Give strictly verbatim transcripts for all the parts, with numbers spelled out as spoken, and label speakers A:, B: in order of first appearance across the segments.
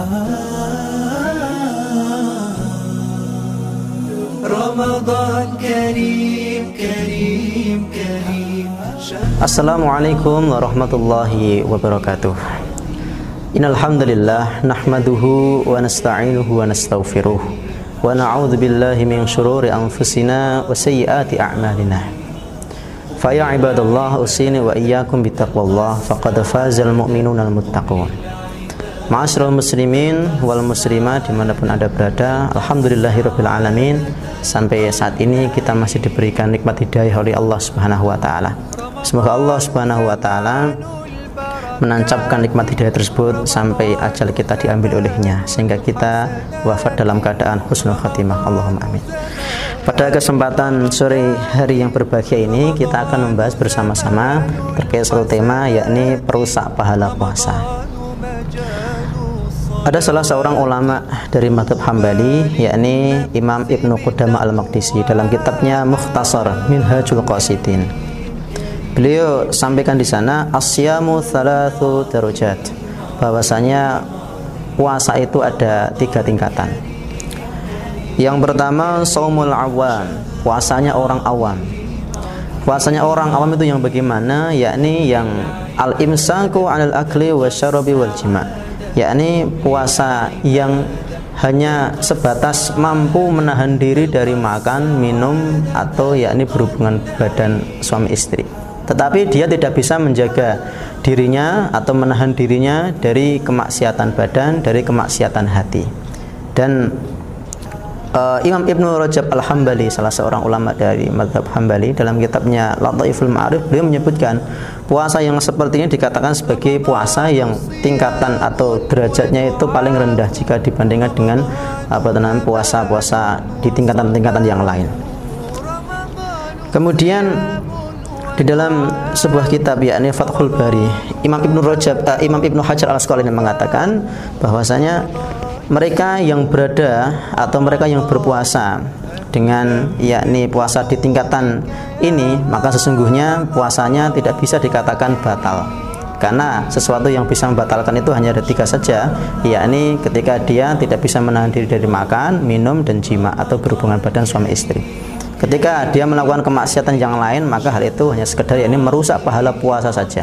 A: Ramadan Kareem, Kareem, Kareem.
B: Assalamualaikum warahmatullahi wabarakatuh. Innal hamdalillah nahmaduhu wa nasta'inuhu wa nastaghfiruh wa na'udzu billahi min shururi anfusina wa sayyiati a'malina. Fa ya ibadallah usini wa iyyakum bittaqwallah faqad fazal mu'minunal muttaqun. Ma'asyiral muslimin wal muslimat dimanapun Anda berada, alhamdulillahirabbil alamin. Sampai saat ini kita masih diberikan nikmat hidayah oleh Allah Subhanahu wa taala. Semoga Allah Subhanahu wa taala menancapkan nikmat hidayah tersebut sampai ajal kita diambil olehnya, sehingga kita wafat dalam keadaan husnul khatimah. Allahumma amin. Pada kesempatan sore hari yang berbahagia ini, kita akan membahas bersama-sama terkait satu tema, yakni perusak pahala puasa. Ada salah seorang ulama dari mazhab Hambali, yakni Imam Ibnu Qudamah Al-Maqdisi, dalam kitabnya Mukhtasar Minhajul Qasidin. Beliau sampaikan di sana, asyamu thalathu darajat, bahwasanya puasa itu ada tiga tingkatan. Yang pertama, shaumul awam, puasanya orang awam. Puasanya orang awam itu yang bagaimana? Yakni yang al-imsaku 'anil akli wasyarabi wal jima', yakni puasa yang hanya sebatas mampu menahan diri dari makan, minum, atau yakni berhubungan badan suami istri. Tetapi dia tidak bisa menjaga dirinya atau menahan dirinya dari kemaksiatan badan, dari kemaksiatan hati. Dan uh, Imam Ibnu Rajab Al-Hambali, salah seorang ulama dari mazhab Hambali, dalam kitabnya Lataiful Ma'arif, beliau menyebutkan puasa yang seperti ini dikatakan sebagai puasa yang tingkatan atau derajatnya itu paling rendah jika dibandingkan dengan apa namanya puasa-puasa di tingkatan-tingkatan yang lain. Kemudian di dalam sebuah kitab, yakni Fathul Bari, Imam Ibnu Rajab, uh, Imam Ibnu Hajar Al-Asqalani mengatakan bahwasanya mereka yang berada atau mereka yang berpuasa dengan yakni puasa di tingkatan ini, maka sesungguhnya puasanya tidak bisa dikatakan batal, karena sesuatu yang bisa membatalkan itu hanya ada tiga saja, yakni ketika dia tidak bisa menahan diri dari makan, minum, dan jima atau berhubungan badan suami istri. Ketika dia melakukan kemaksiatan yang lain, maka hal itu hanya sekedar yakni merusak pahala puasa saja.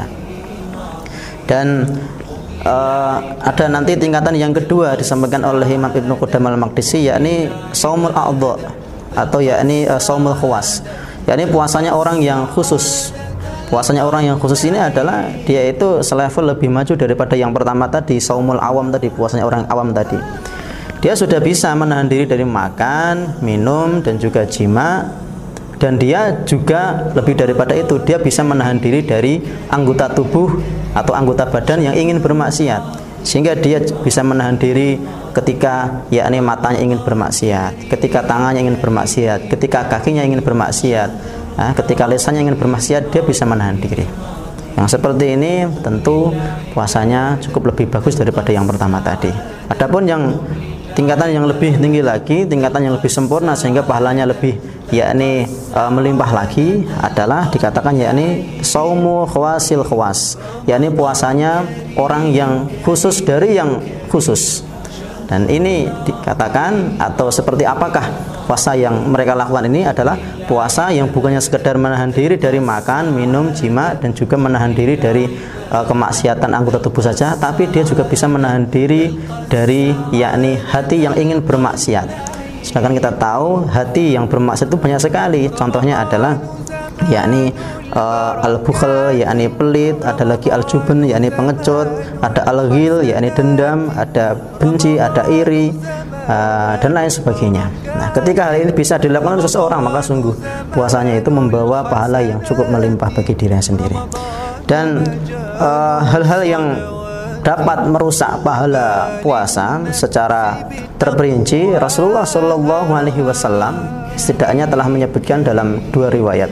B: Dan uh, ada nanti tingkatan yang kedua disampaikan oleh Imam Ibnu Qudamah Al-Maqdisi, yakni shaumul a'dha atau yakni uh, shaumul khawas, yakni puasanya orang yang khusus. Puasanya orang yang khusus ini adalah dia itu selevel lebih maju daripada yang pertama tadi, shaumul awam tadi, puasanya orang awam tadi. Dia sudah bisa menahan diri dari makan, minum, dan juga jima. Dan dia juga lebih daripada itu, dia bisa menahan diri dari anggota tubuh atau anggota badan yang ingin bermaksiat, sehingga dia bisa menahan diri ketika yakni matanya ingin bermaksiat, ketika tangannya ingin bermaksiat, ketika kakinya ingin bermaksiat, nah, ketika lisannya ingin bermaksiat, dia bisa menahan diri. Yang seperti ini tentu puasanya cukup lebih bagus daripada yang pertama tadi. Adapun yang tingkatan yang lebih tinggi lagi, tingkatan yang lebih sempurna sehingga pahalanya lebih yakni e, melimpah lagi adalah dikatakan yakni shaumu khawasil khawas, yakni puasanya orang yang khusus dari yang khusus. Dan ini dikatakan atau seperti apakah puasa yang mereka lakukan ini adalah puasa yang bukannya sekedar menahan diri dari makan, minum, jima, dan juga menahan diri dari uh, kemaksiatan anggota tubuh saja, tapi dia juga bisa menahan diri dari yakni hati yang ingin bermaksiat. Sedangkan kita tahu hati yang bermaksiat itu banyak sekali. Contohnya adalah yakni uh, al-bukhl, yakni pelit, ada lagi al-jubn, yakni pengecut, ada al-ghil, yakni dendam, ada benci, ada iri, uh, dan lain sebagainya. Nah, ketika hal ini bisa dilakukan oleh seseorang, maka sungguh puasanya itu membawa pahala yang cukup melimpah bagi dirinya sendiri. Dan uh, hal-hal yang dapat merusak pahala puasa secara terperinci, Rasulullah Shallallahu Alaihi Wasallam setidaknya telah menyebutkan dalam dua riwayat.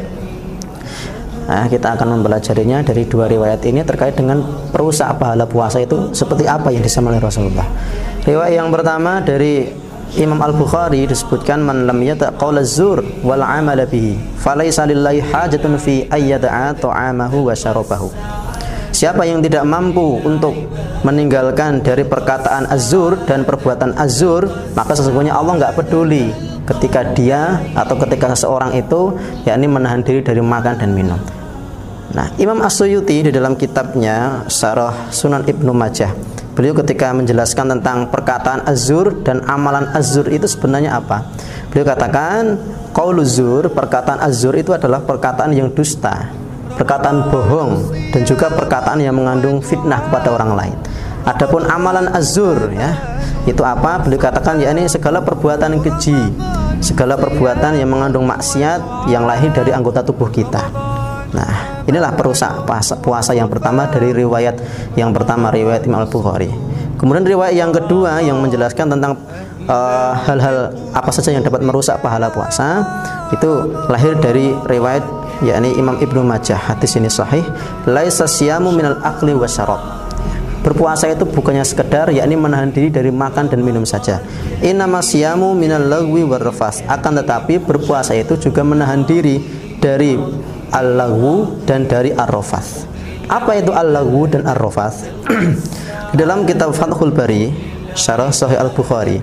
B: Nah, kita akan mempelajarinya dari dua riwayat ini terkait dengan perusak pahala puasa itu seperti apa yang disampaikan oleh Rasulullah. Riwayat yang pertama dari Imam Al-Bukhari disebutkan, man lam yata' qaula zur wal 'amala bihi falaysa lillahi hajatun fi ayyada'a ta'amahu wa syarabahu. Siapa yang tidak mampu untuk meninggalkan dari perkataan azur dan perbuatan azur, maka sesungguhnya Allah nggak peduli ketika dia atau ketika seseorang itu yakni menahan diri dari makan dan minum. Nah, Imam As-Suyuti di dalam kitabnya Syarah Sunan Ibnu Majah, beliau ketika menjelaskan tentang perkataan azur dan amalan azur itu sebenarnya apa? Beliau katakan, qauluz zur, perkataan azur itu adalah perkataan yang dusta, perkataan bohong, dan juga perkataan yang mengandung fitnah kepada orang lain. Adapun amalan azur, ya, itu apa? Beliau katakan yakni segala perbuatan keji, segala perbuatan yang mengandung maksiat yang lahir dari anggota tubuh kita. Nah, inilah perusak puasa, puasa yang pertama dari riwayat yang pertama, riwayat Imam Al-Bukhari. Kemudian riwayat yang kedua yang menjelaskan tentang hal-hal uh, apa saja yang dapat merusak pahala puasa, itu lahir dari riwayat yakni Imam Ibnu Majah. Hadis ini sahih, laisa siyamu minal akli wasyarab. Berpuasa itu bukannya sekedar yakni menahan diri dari makan dan minum saja. Innama siyamu minal lagwi warrafas. Akan tetapi berpuasa itu juga menahan diri dari al-lagwu dan dari ar-rafath. Apa itu al-lagwu dan ar-rafath? Di dalam kitab Fathul Bari, Syarah Sahih Al-Bukhari,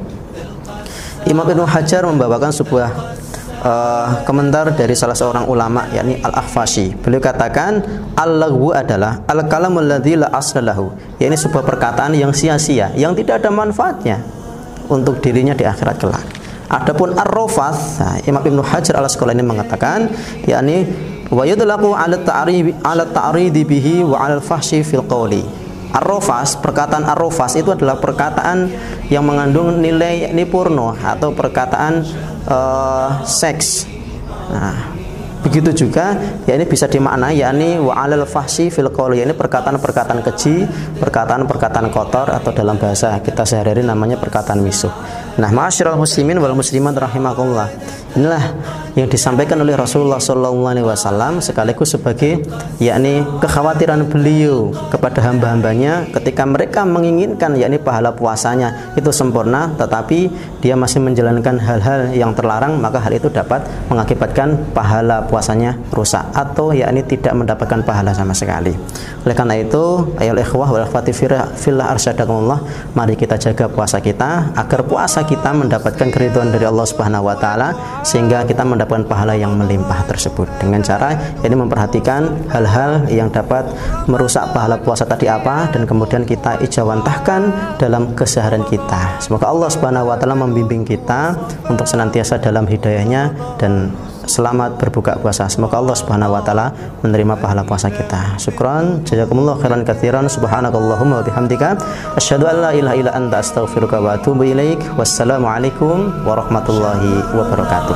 B: Imam Ibnu Hajar membawakan sebuah uh, komentar dari salah seorang ulama yakni Al-Akhfashi. Beliau katakan al-lagwu adalah al-kalamul ladzi la asla lahu, yakni sebuah perkataan yang sia-sia, yang tidak ada manfaatnya untuk dirinya di akhirat kelak. Adapun ar-rafath, nah, Imam Ibnu Hajar Al-Asqalani mengatakan yakni wa yudlaqu 'ala ta'ridi 'ala ta'ridi bihi wa 'ala al-fahsyi fil qawli. Ar-rafas, perkataan ar-rafas itu adalah perkataan yang mengandung nilai yakni porno atau perkataan uh, seks. Nah, begitu juga ya ini bisa dimaknai yakni wa 'alal fahsyi fil qawli, yakni perkataan-perkataan keji, perkataan-perkataan kotor, atau dalam bahasa kita sehari-hari namanya perkataan misuh. Nah, ma'asyiral muslimin wal muslimat rahimakumullah, inilah yang disampaikan oleh Rasulullah shallallahu alaihi wasallam sekaligus sebagai yakni kekhawatiran beliau kepada hamba-hambanya ketika mereka menginginkan yakni pahala puasanya itu sempurna, tetapi dia masih menjalankan hal-hal yang terlarang, maka hal itu dapat mengakibatkan pahala puasanya rusak atau yakni tidak mendapatkan pahala sama sekali. Oleh karena itu, ayol ikhwah wal akhwati fillah arsyadakumullah, mari kita jaga puasa kita agar puasa kita mendapatkan keridhaan dari Allah Subhanahu wa taala, sehingga kita mendapatkan pahala yang melimpah tersebut dengan cara ini memperhatikan hal-hal yang dapat merusak pahala puasa tadi apa, dan kemudian kita ijawantahkan dalam keseharian kita. Semoga Allah Subhanahu wa taala membimbing kita untuk senantiasa dalam hidayahnya dan selamat berbuka puasa. Semoga Allah Subhanahu wa taala menerima pahala puasa kita. Syukran, jazakumullah khairan katsiran. Subhanakallahumma wa bihamdika asyhadu an la ilaha illa anta astaghfiruka wa atubu ilaik. Wassalamualaikum warahmatullahi wabarakatuh.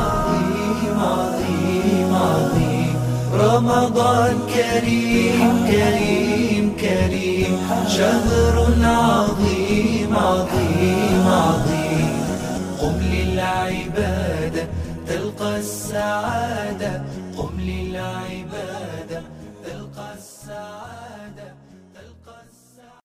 A: رمضان كريم كريم كريم شهر عظيم عظيم عظيم قم للعبادة تلقى السعادة قم للعبادة